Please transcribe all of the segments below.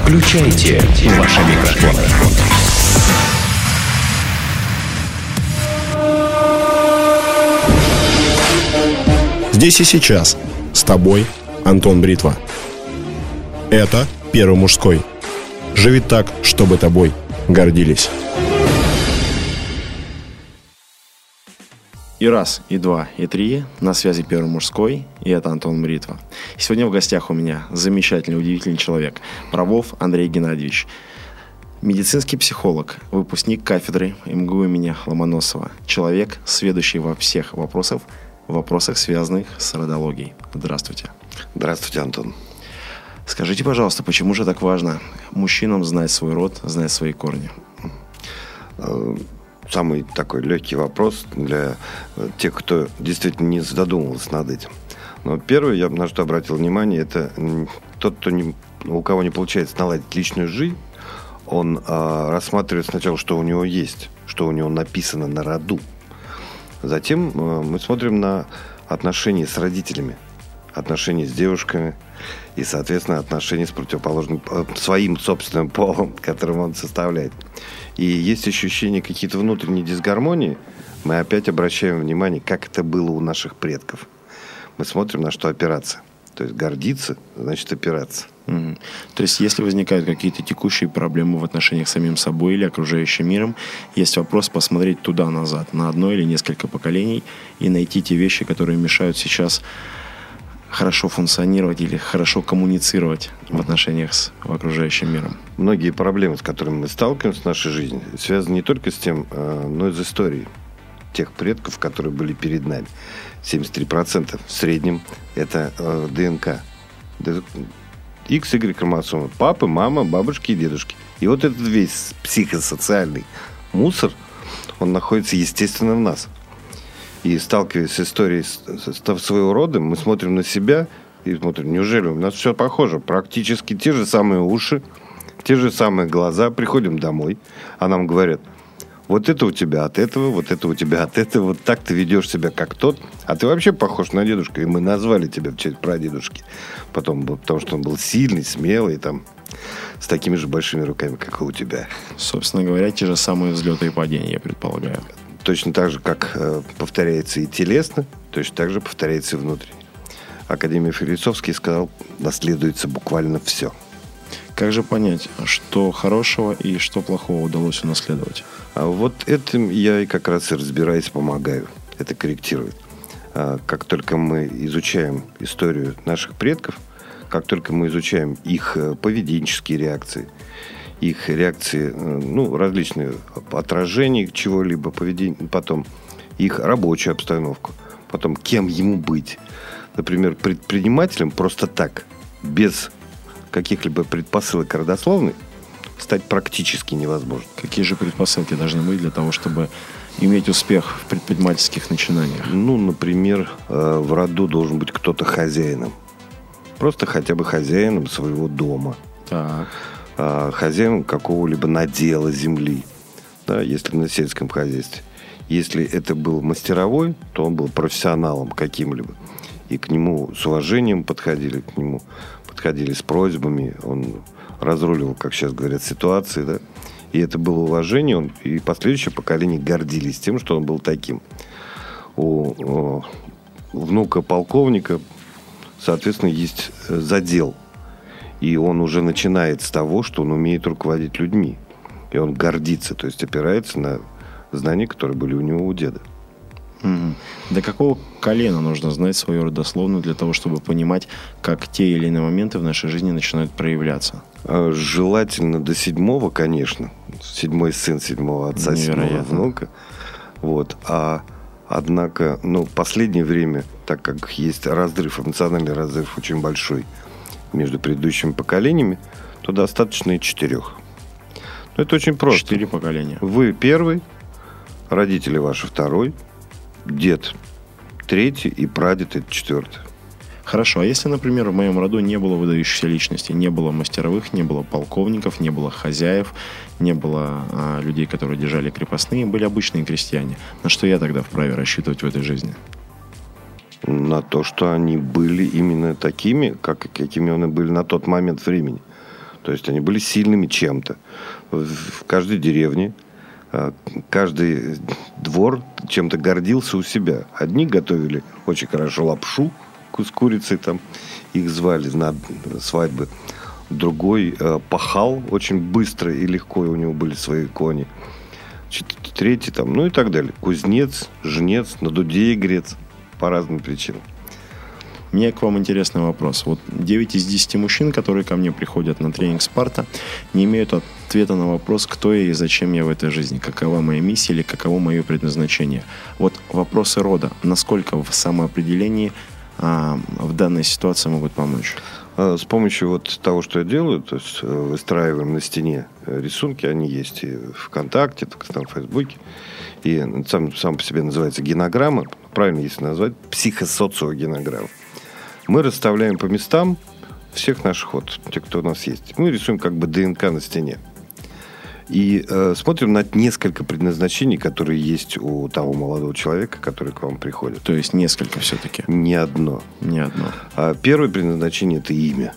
Включайте ваши микрофоны. Здесь и сейчас. С тобой Антон Бритва. Это Первый мужской. Живи так, чтобы тобой гордились. И раз, и два, и три. На связи Первый мужской. И это Антон Бритва. Сегодня в гостях у меня замечательный, удивительный человек. Правов Андрей Геннадьевич. Медицинский психолог, выпускник кафедры МГУ имени Ломоносова. Человек, сведущий во всех вопросах, связанных с родологией. Здравствуйте. Здравствуйте, Антон. Скажите, пожалуйста, почему же так важно мужчинам знать свой род, знать свои корни? Самый такой легкий вопрос для тех, кто действительно не задумывался над этим. Но первое, я бы на что обратил внимание, это тот, у кого не получается наладить личную жизнь, он рассматривает сначала, что у него есть, что у него написано на роду. Затем мы смотрим на отношения с родителями, отношения с девушками и, соответственно, отношения с противоположным, своим собственным полом, которым он составляет. И есть ощущение какие-то внутренней дисгармонии, мы опять обращаем внимание, как это было у наших предков. Мы смотрим, на что опираться. То есть гордиться, значит опираться. Угу. То есть если возникают какие-то текущие проблемы в отношениях с самим собой или окружающим миром, есть вопрос посмотреть туда-назад, на одно или несколько поколений и найти те вещи, которые мешают сейчас хорошо функционировать или хорошо коммуницировать в отношениях с окружающим миром. Многие проблемы, с которыми мы сталкиваемся в нашей жизни, связаны не только с тем, но и с историей тех предков, которые были перед нами. 73% в среднем это ДНК. X, Y хромосомы. Папы, мама, бабушки и дедушки. И вот этот весь психосоциальный мусор, он находится, естественно, в нас. И сталкиваясь с историей своего рода, мы смотрим на себя и смотрим, неужели у нас все похоже? Практически те же самые уши, те же самые глаза. Приходим домой, а нам говорят, вот это у тебя от этого, вот это у тебя от этого, вот так ты ведешь себя как тот, а ты вообще похож на дедушку, и мы назвали тебя в честь прадедушки. Потому что он был сильный, смелый, там, с такими же большими руками, как и у тебя. Собственно говоря, те же самые взлеты и падения, я предполагаю. Точно так же, как повторяется и телесно, точно так же повторяется и внутренне. Академик Филипсовский сказал, наследуется буквально все. Как же понять, что хорошего и что плохого удалось унаследовать? А вот этим я и как раз и разбираюсь, помогаю это корректировать. Как только мы изучаем историю наших предков, как только мы изучаем их поведенческие реакции, их реакции, различные отражения чего-либо, поведения, потом их рабочую обстановку, потом кем ему быть. Например, предпринимателем просто так, без каких-либо предпосылок родословной, стать практически невозможно. Какие же предпосылки должны быть для того, чтобы иметь успех в предпринимательских начинаниях? Например, в роду должен быть кто-то хозяином. Просто хотя бы хозяином своего дома. Так. Хозяином какого-либо надела земли, да, если на сельском хозяйстве. Если это был мастеровой, то он был профессионалом каким-либо. И к нему с уважением подходили, к нему подходили с просьбами, он разруливал, как сейчас говорят, ситуации, да. И это было уважение, и последующее поколение гордились тем, что он был таким. У внука полковника, соответственно, есть задел. И он уже начинает с того, что он умеет руководить людьми. И он гордится, то есть опирается на знания, которые были у него у деда. Угу. До какого колена нужно знать свою родословную для того, чтобы понимать, как те или иные моменты в нашей жизни начинают проявляться? Желательно до 7-го, конечно. 7-й сын 7-го отца, 7-го внука. Вот. Однако, в последнее время, так как есть разрыв, эмоциональный разрыв очень большой между предыдущими поколениями, то достаточно и 4. Это очень просто. 4 поколения. Вы первый, родители ваши второй, дед третий и прадед это 4. Хорошо, а если, например, в моем роду не было выдающихся личностей, не было мастеровых, не было полковников, не было хозяев, не было людей, которые держали крепостные, были обычные крестьяне, на что я тогда вправе рассчитывать в этой жизни? На то, что они были именно такими, какими они были на тот момент времени. То есть они были сильными чем-то. В каждой деревне, каждый двор чем-то гордился у себя. Одни готовили очень хорошо лапшу с курицей, там их звали на свадьбы. Другой пахал очень быстро и легко, и у него были свои кони. Третий там, ну и так далее. Кузнец, жнец, на дуде игрец. По разным причинам. У меня к вам интересный вопрос. Вот 9 из 10 мужчин, которые ко мне приходят на тренинг Спарта, не имеют ответа на вопрос, кто я и зачем я в этой жизни, какова моя миссия или каково мое предназначение. Вот вопросы рода, насколько в самоопределении в данной ситуации могут помочь? С помощью вот того, что я делаю, то есть выстраиваем на стене рисунки, они есть и в ВКонтакте, там, в Фейсбуке, и сам по себе называется генограмма, правильно если назвать, психосоциогенограмма. Мы расставляем по местам всех наших, вот, тех, кто у нас есть. Мы рисуем как бы ДНК на стене. И смотрим на несколько предназначений, которые есть у того молодого человека, который к вам приходит. То есть несколько все-таки? Не одно. Не одно. Первое предназначение – это имя.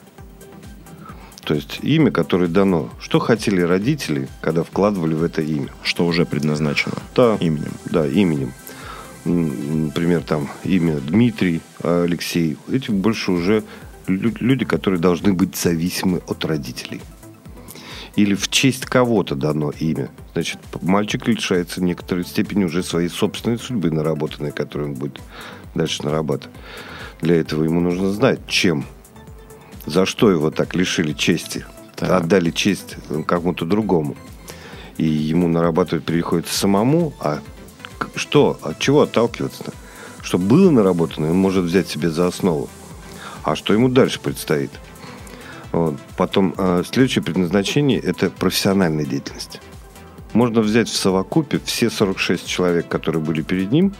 То есть имя, которое дано. Что хотели родители, когда вкладывали в это имя? Что уже предназначено именем. Да, именем. Например, там имя Дмитрий, Алексей. Эти больше уже люди, которые должны быть зависимы от родителей. Или в честь кого-то дано имя. Значит, мальчик лишается в некоторой степени уже своей собственной судьбы наработанной, которую он будет дальше нарабатывать. Для этого ему нужно знать, чем, за что его так лишили чести. Так. Отдали честь кому-то другому. И ему нарабатывать приходится самому. А что? От чего отталкиваться-то? Что было наработано, он может взять себе за основу. А что ему дальше предстоит? Вот. Потом следующее предназначение – это профессиональная деятельность. Можно взять в совокупе все 46 человек, которые были перед ним,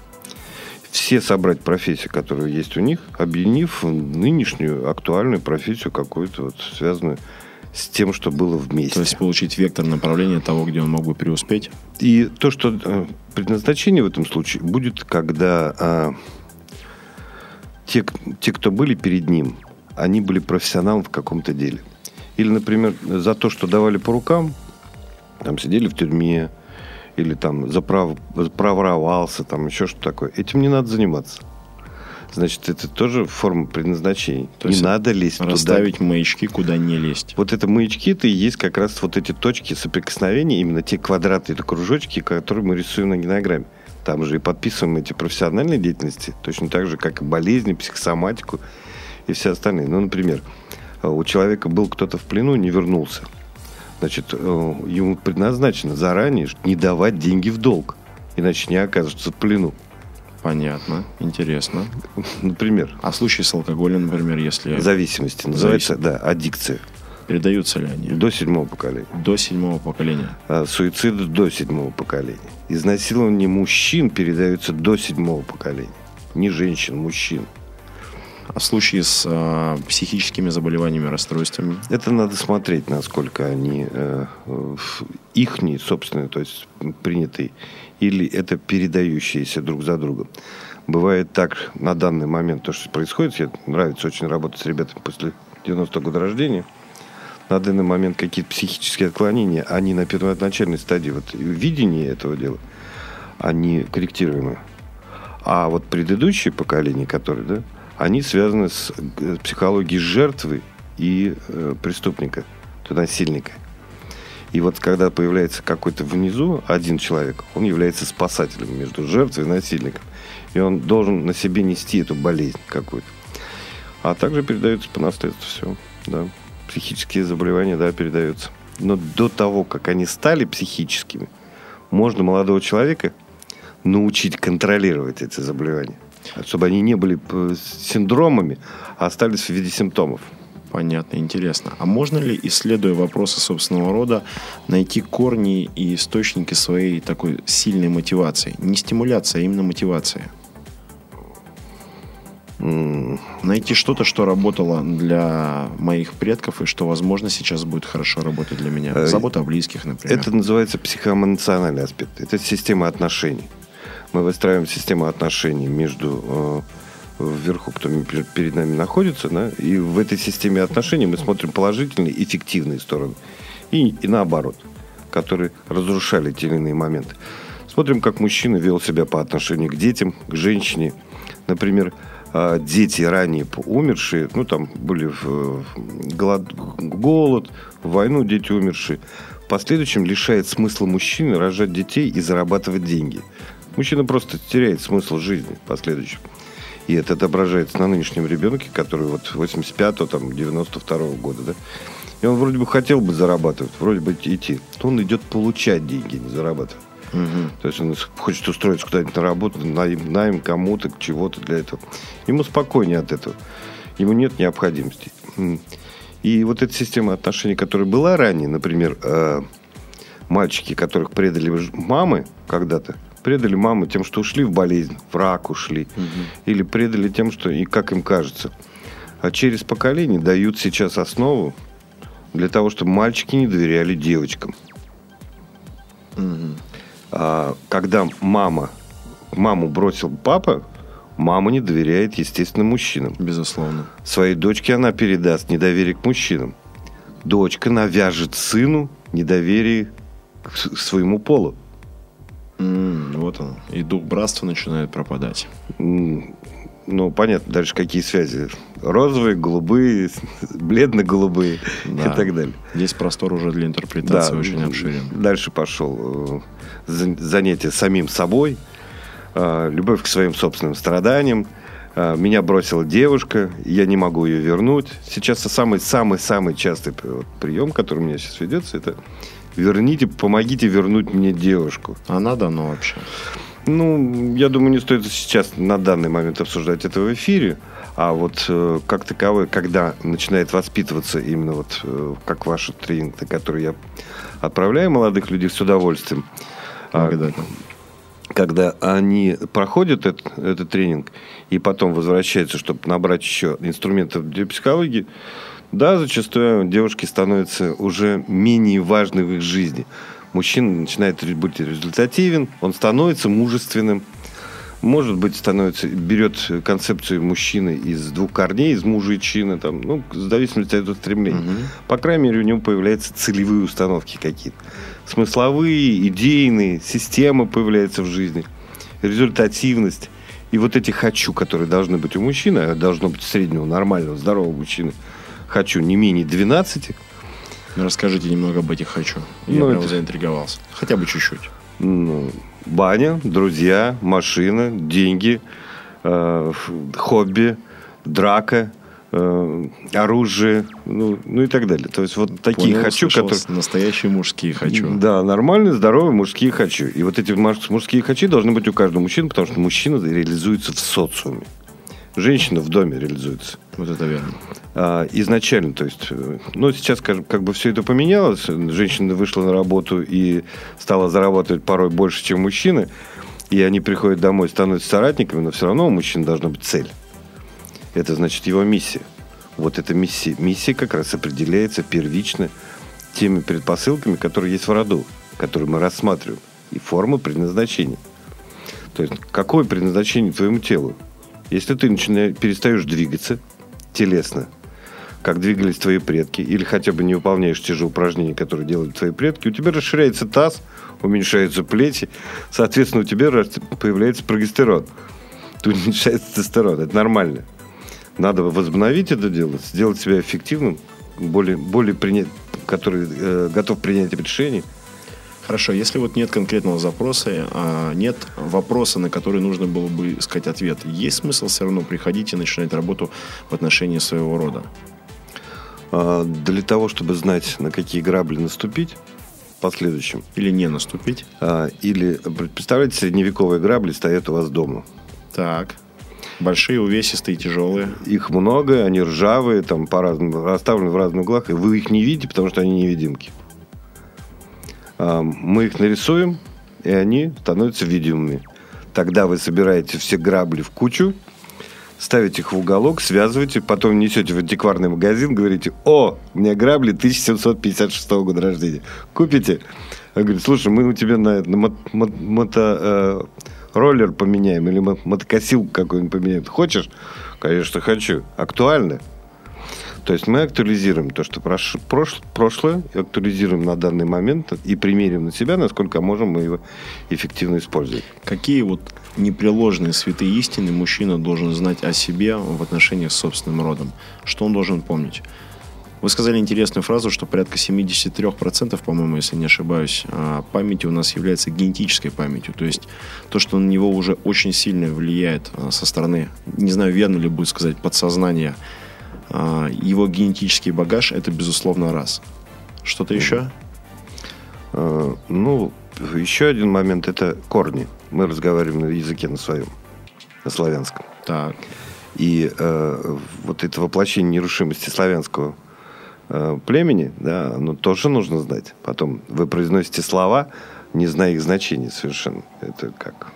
все собрать профессии, которые есть у них, объединив в нынешнюю актуальную профессию какую-то, вот, связанную с тем, что было вместе. То есть получить вектор направления того, где он мог бы преуспеть? И то, что предназначение в этом случае будет, когда те, кто были перед ним, они были профессионалом в каком-то деле. Или, например, за то, что давали по рукам, там сидели в тюрьме, или там заправровался, там еще что-то такое. Этим не надо заниматься. Значит, это тоже форма предназначения. То не надо лезть туда. Расставить маячки, куда не лезть. Вот это маячки-то и есть как раз вот эти точки соприкосновения, именно те квадраты, это кружочки, которые мы рисуем на генограмме. Там же и подписываем эти профессиональные деятельности, точно так же, как и болезни, психосоматику и все остальные. Ну, например, у человека был кто-то в плену, не вернулся. Значит, ему предназначено заранее не давать деньги в долг, иначе не окажется в плену. Понятно, интересно. Например. А в случае с алкоголем, например, если... Зависимости. Называется, да, аддикция. Передаются ли они? До 7-го поколения. До 7-го поколения. Суицид до 7-го поколения. Изнасилование мужчин передаются до 7-го поколения. Не женщин, мужчин. А в случае с психическими заболеваниями, расстройствами? Это надо смотреть, насколько они ихние, собственные, то есть принятые, или это передающиеся друг за другом. Бывает так, на данный момент, то, что происходит, мне нравится очень работать с ребятами после 90-го года рождения, на данный момент какие-то психические отклонения, они на первоначальной стадии вот, видения этого дела, они корректируемы. А вот предыдущие поколения, которые, да, они связаны с психологией жертвы и преступника, насильника. И вот когда появляется какой-то внизу один человек, он является спасателем между жертвой и насильником. И он должен на себе нести эту болезнь какую-то. А также передается по наследству все. Да. Психические заболевания, да, передаются. Но до того, как они стали психическими, можно молодого человека научить контролировать эти заболевания. Чтобы они не были синдромами, а остались в виде симптомов. Понятно, интересно. А можно ли, исследуя вопросы собственного рода, найти корни и источники своей такой сильной мотивации? Не стимуляция, а именно мотивация. Найти что-то, что работало для моих предков и что, возможно, сейчас будет хорошо работать для меня. Забота о близких, например. Это называется психоэмоциональный аспект. Это система отношений. Мы выстраиваем систему отношений между вверху, кто перед нами находится, да, и в этой системе отношений мы смотрим положительные, эффективные стороны, и наоборот, которые разрушали те или иные моменты. Смотрим, как мужчина вел себя по отношению к детям, к женщине. Например, дети ранее умершие, ну, там были голод, в войну дети умершие. В последующем лишает смысла мужчины рожать детей и зарабатывать деньги. Мужчина просто теряет смысл жизни в последующем. И это отображается на нынешнем ребенке, который вот 85-го, там, 92-го года, да. И он вроде бы хотел бы зарабатывать, вроде бы идти. То он идет получать деньги, не зарабатывать. Угу. То есть он хочет устроиться куда-нибудь на работу, найм кому-то, чего-то для этого. Ему спокойнее от этого. Ему нет необходимости. И вот эта система отношений, которая была ранее, например, мальчики, которых предали мамы когда-то, предали мамы тем, что ушли в болезнь, в рак ушли. Угу. Или предали тем, что, и как им кажется. А через поколение дают сейчас основу для того, чтобы мальчики не доверяли девочкам. Угу. Когда маму бросил папа, мама не доверяет, естественно, мужчинам. Безусловно. Своей дочке она передаст недоверие к мужчинам. Дочка навяжет сыну недоверие к своему полу. Вот он. И дух братства начинает пропадать. Ну, понятно, дальше какие связи. Розовые, голубые, бледно-голубые, да, и так далее. Здесь простор уже для интерпретации, да, очень обширен. Дальше пошел занятие самим собой, любовь к своим собственным страданиям. Меня бросила девушка, я не могу ее вернуть. Сейчас самый частый прием, который у меня сейчас ведется, это помогите вернуть мне девушку. А надо оно вообще? Ну, я думаю, не стоит сейчас на данный момент обсуждать это в эфире. А вот как таковой, когда начинает воспитываться именно вот как ваши тренинги, которые я отправляю молодых людей с удовольствием. Когда они проходят этот тренинг и потом возвращаются, чтобы набрать еще инструментов для психологии, да, зачастую девушки становятся уже менее важны в их жизни. Мужчина начинает быть результативен, он становится мужественным. Может быть, берет концепцию мужчины из двух корней, из мужичины, там, ну, в зависимости от стремления. Угу. По крайней мере, у него появляются целевые установки какие-то. Смысловые, идейные, система появляется в жизни, результативность. И вот эти «хочу», которые должны быть у мужчины, а должно быть среднего, нормального, здорового мужчины, «хочу» не менее 12. Расскажите немного об этих «хочу». Я прям заинтриговался. Хотя бы чуть-чуть. Баня, друзья, машина, деньги, хобби, драка, оружие, ну и так далее. То есть вот такие «хочу», которые... Настоящие мужские «хочу». Да, нормальные, здоровые мужские «хочу». И вот эти мужские «хочу» должны быть у каждого мужчины, потому что мужчина реализуется в социуме. Женщина в доме реализуется. Вот это верно. Изначально, то есть, ну, сейчас как бы все это поменялось. Женщина вышла на работу и стала зарабатывать порой больше, чем мужчины. И они приходят домой, становятся соратниками, но все равно у мужчины должна быть цель. Это значит его миссия. Вот эта миссия как раз определяется первично теми предпосылками, которые есть в роду, которые мы рассматриваем. И форма предназначения. То есть, какое предназначение твоему телу? Если ты перестаешь двигаться телесно, как двигались твои предки, или хотя бы не выполняешь те же упражнения, которые делали твои предки, у тебя расширяется таз, уменьшаются плечи, соответственно, у тебя появляется прогестерон. Тут уменьшается тестостерон. Это нормально. Надо возобновить это дело, сделать себя эффективным, который готов принять решение. Хорошо, если вот нет конкретного запроса, нет вопроса, на который нужно было бы искать ответ, есть смысл все равно приходить и начинать работу в отношении своего рода? Для того, чтобы знать, на какие грабли наступить в последующем. Или не наступить. Или, представляете, средневековые грабли стоят у вас дома. Так. Большие, увесистые, тяжелые. Их много, они ржавые, там расставлены в разных углах, и вы их не видите, потому что они невидимки. Мы их нарисуем, и они становятся видимыми. Тогда вы собираете все грабли в кучу, ставите их в уголок, связываете, потом несете в антикварный магазин, говорите: о, у меня грабли 1756 года рождения. Купите? Я говорю: слушай, мы у тебя на роллер поменяем или мотокосилку какую-нибудь поменяем. Хочешь? Конечно, хочу. Актуально. То есть мы актуализируем то, что прошлое, актуализируем на данный момент и примерим на себя, насколько можем мы его эффективно использовать. Какие вот непреложные святые истины мужчина должен знать о себе в отношениях с собственным родом? Что он должен помнить? Вы сказали интересную фразу, что порядка 73%, по-моему, если не ошибаюсь, памяти у нас является генетической памятью. То есть то, что на него уже очень сильно влияет со стороны, не знаю, верно ли будет сказать, подсознания, его генетический багаж, это, безусловно, раз. Что-то еще? Ну, еще один момент – это корни. Мы разговариваем на языке на своем, на славянском. Так. И вот это воплощение нерушимости славянского племени, да, оно тоже нужно знать. Потом вы произносите слова, не зная их значения совершенно. Это как...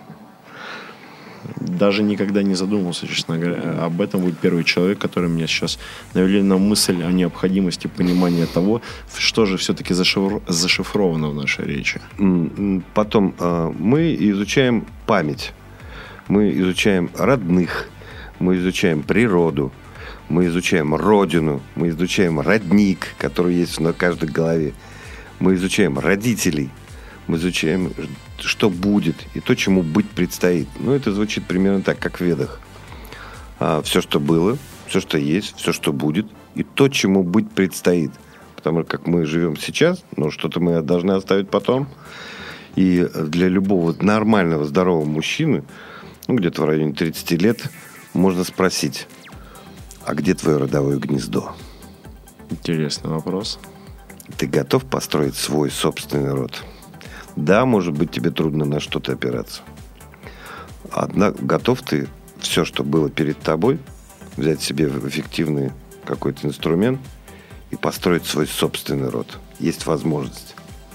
Даже никогда не задумывался, честно говоря, об этом. Вы первый человек, который меня сейчас навели на мысль о необходимости понимания того, что же все-таки зашифровано в нашей речи. Потом мы изучаем память, мы изучаем родных, мы изучаем природу, мы изучаем родину, мы изучаем родник, который есть на каждой голове, мы изучаем родителей, мы изучаем, что будет и то, чему быть предстоит. Ну, это звучит примерно так, как в Ведах. Все, что было, все, что есть, все, что будет, и то, чему быть предстоит. Потому что, как мы живем сейчас, ну, что-то мы должны оставить потом. И для любого нормального, здорового мужчины, ну, где-то в районе 30 лет, можно спросить, а где твое родовое гнездо? Интересный вопрос. Ты готов построить свой собственный род? Да, может быть, тебе трудно на что-то опираться. Однако готов ты все, что было перед тобой, взять себе в эффективный какой-то инструмент и построить свой собственный род. Есть возможность.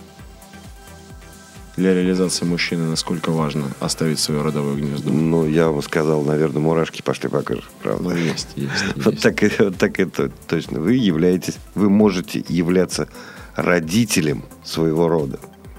Для реализации мужчины насколько важно оставить свое родовое гнездо? Ну, я вам сказал, наверное, мурашки пошли по коже, правда? Ну, есть. Вот так это точно. Вы можете являться родителем своего рода.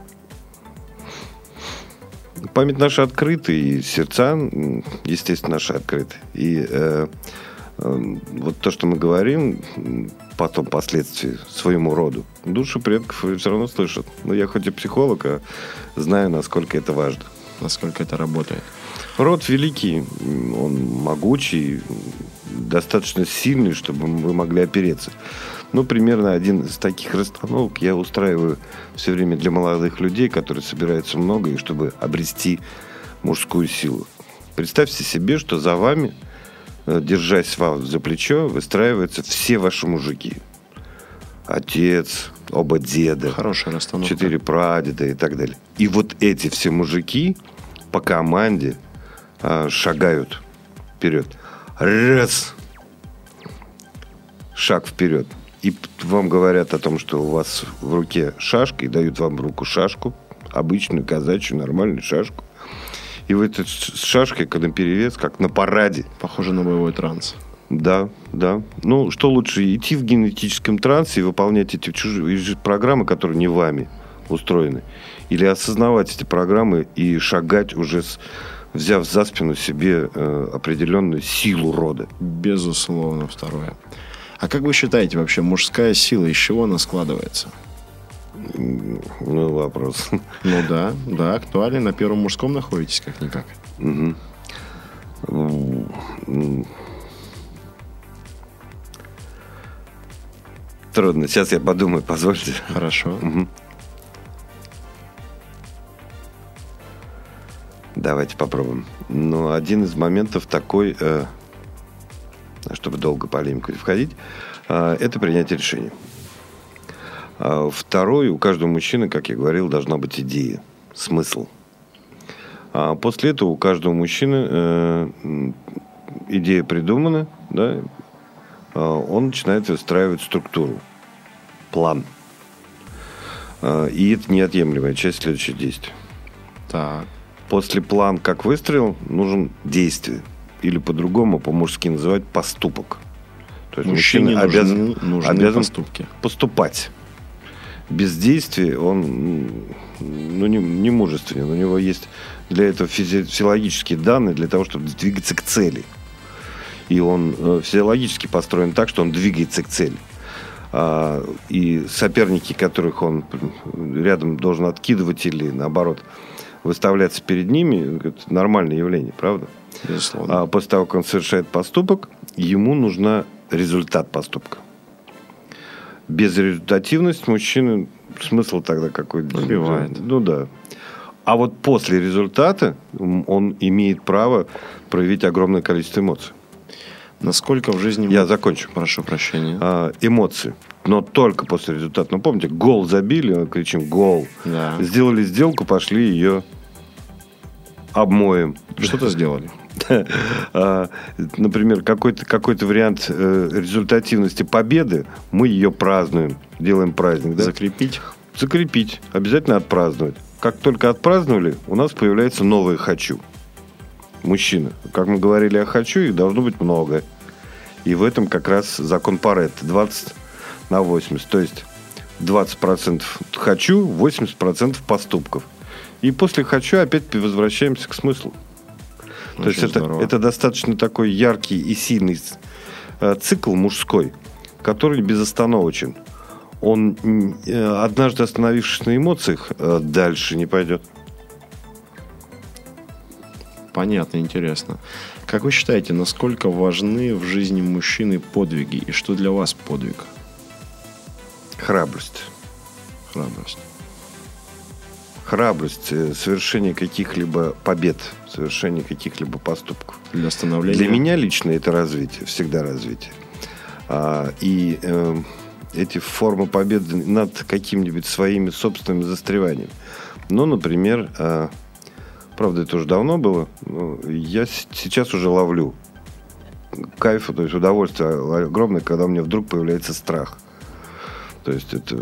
Память наша открыта, и сердца, естественно, наши открыты. И вот то, что мы говорим, потом, впоследствии, своему роду, души предков все равно слышат. Но я хоть и психолог, а знаю, насколько это важно. Насколько это работает. Род великий, он могучий, достаточно сильный, чтобы вы могли опереться. Ну, примерно один из таких расстановок я устраиваю все время для молодых людей, которые собираются много, и чтобы обрести мужскую силу. Представьте себе, что за вами, держась вас за плечо, выстраиваются все ваши мужики. Отец, оба деда, хорошая расстановка, 4 прадеда и так далее. И вот эти все мужики по команде шагают вперед. Раз! Шаг вперед. И вам говорят о том, что у вас в руке шашка, и дают вам в руку шашку, обычную казачью, нормальную шашку. И вы этой шашкой, когда перевес, как на параде. Похоже на боевой транс. Да, да. Ну, что лучше, идти в генетическом трансе и выполнять эти чужие программы, которые не вами устроены, или осознавать эти программы и шагать уже, взяв за спину себе определенную силу рода. Безусловно, второе. А как вы считаете, вообще мужская сила, из чего она складывается? Ну, вопрос. Ну да, актуально. На первом мужском находитесь, как-никак. Трудно. Сейчас я подумаю, позвольте. Хорошо. Давайте попробуем. Ну, один из моментов такой, чтобы долго в полемику не входить, это принятие решений. Второй, у каждого мужчины, как я говорил, должна быть идея, смысл. После этого у каждого мужчины идея придумана, да, он начинает выстраивать структуру, план. И это неотъемлемая часть следующих действий. Так. После плана, как выстроил, нужен действие. Или по-другому, по-мужски называть поступок. То есть мужчина обязан поступки. Поступать. Без действия он не мужественен. У него есть для этого физиологические данные для того, чтобы двигаться к цели. И он физиологически построен так, что он двигается к цели. И соперники, которых он рядом должен откидывать или, наоборот, выставляться перед ними, это нормальное явление, правда? Безусловно. А после того, как он совершает поступок, ему нужен результат поступка. Безрезультативность мужчины, смысл тогда какой? Убивает. Ну да. А вот после результата он имеет право проявить огромное количество эмоций. Насколько в жизни... Я закончу. Прошу прощения. Эмоции. Но только после результата. Ну, помните, гол забили, мы кричим «гол». Да. Сделали сделку, пошли ее обмоем. Что-то сделали. Например, какой-то вариант результативности победы, мы ее празднуем, делаем праздник. Да? Закрепить. Закрепить. Обязательно отпраздновать. Как только отпраздновали, у нас появляется новое «хочу». Мужчины. Как мы говорили о «хочу», их должно быть много. И в этом как раз закон Паретто. 20/80. То есть 20% «хочу», 80% поступков. И после «хочу» опять возвращаемся к смыслу. То есть это достаточно такой яркий и сильный цикл мужской, который безостановочен. Он, однажды остановившись на эмоциях, дальше не пойдет. Понятно, интересно. Как вы считаете, насколько важны в жизни мужчины подвиги? И что для вас подвиг? Храбрость. Храбрость. Храбрость, совершение каких-либо побед, совершение каких-либо поступков. Для становления? Для меня лично это развитие, всегда развитие. Эти формы победы над какими-нибудь своими собственными застреваниями. Ну, например, правда, это уже давно было, но я сейчас уже ловлю кайф, то есть удовольствие огромное, когда у меня вдруг появляется страх. То есть это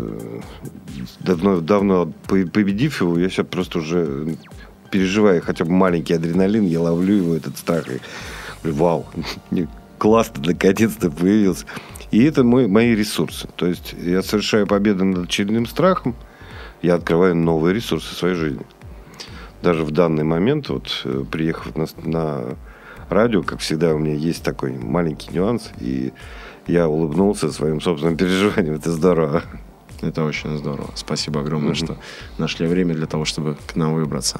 давно победив его, я сейчас просто уже переживаю хотя бы маленький адреналин, я ловлю его, этот страх. И говорю, вау, классно, наконец-то появился. И это мои ресурсы. То есть я совершаю победу над очередным страхом, я открываю новые ресурсы в своей жизни. Даже в данный момент, вот приехав на радио, как всегда, у меня есть такой маленький нюанс, и я улыбнулся своим собственным переживанием. Это здорово. Это очень здорово. Спасибо огромное, что нашли время для того, чтобы к нам выбраться.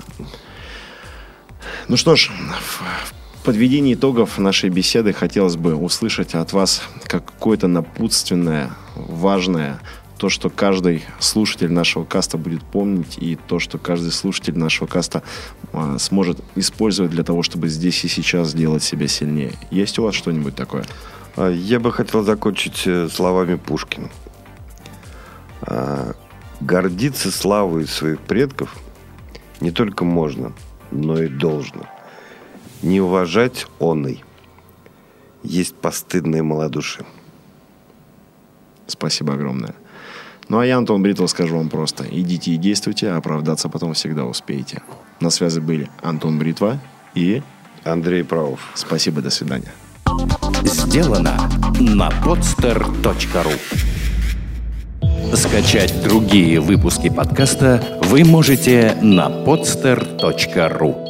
Ну что ж, в подведении итогов нашей беседы хотелось бы услышать от вас какое-то напутственное, важное, то, что каждый слушатель нашего каста будет помнить, и то, что каждый слушатель нашего каста сможет использовать для того, чтобы здесь и сейчас сделать себя сильнее. Есть у вас что-нибудь такое? Я бы хотел закончить словами Пушкина. Гордиться славой своих предков не только можно, но и должно. Не уважать оной есть постыдное малодушие. Спасибо огромное. Ну, а я, Антон Бритва, скажу вам просто. Идите и действуйте, а оправдаться потом всегда успеете. На связи были Антон Бритва и Андрей Правов. Спасибо, до свидания. Сделано на podster.ru. Скачать другие выпуски подкаста вы можете на podster.ru.